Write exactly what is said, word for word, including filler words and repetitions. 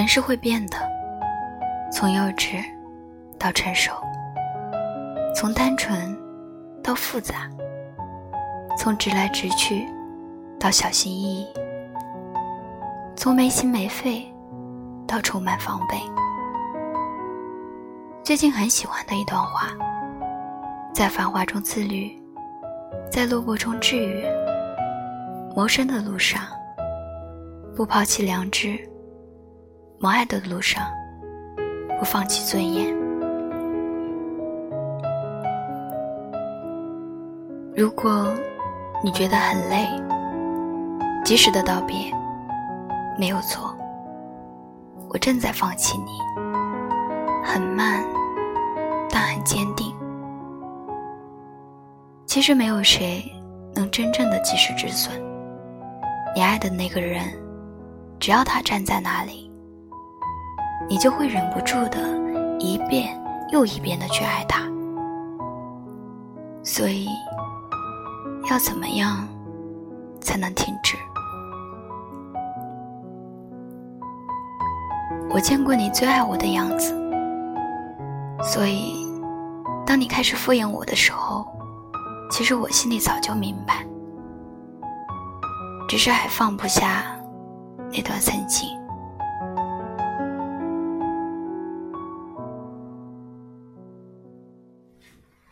是会变的，从幼稚到成熟，从单纯到复杂，从直来直去到小心翼翼，从没心没肺到充满防备。最近很喜欢的一段话，在繁华中自律，在落魄中治愈，谋生的路上不抛弃良知，谋爱的路上不放弃尊严。如果你觉得很累，及时的道别没有错，我正在放弃你，很慢但很坚定。其实没有谁能真正的及时止损，你爱的那个人，只要他站在那里，你就会忍不住的一遍又一遍的去爱他。所以要怎么样才能停止？我见过你最爱我的样子，所以当你开始敷衍我的时候，其实我心里早就明白，只是还放不下那段曾经。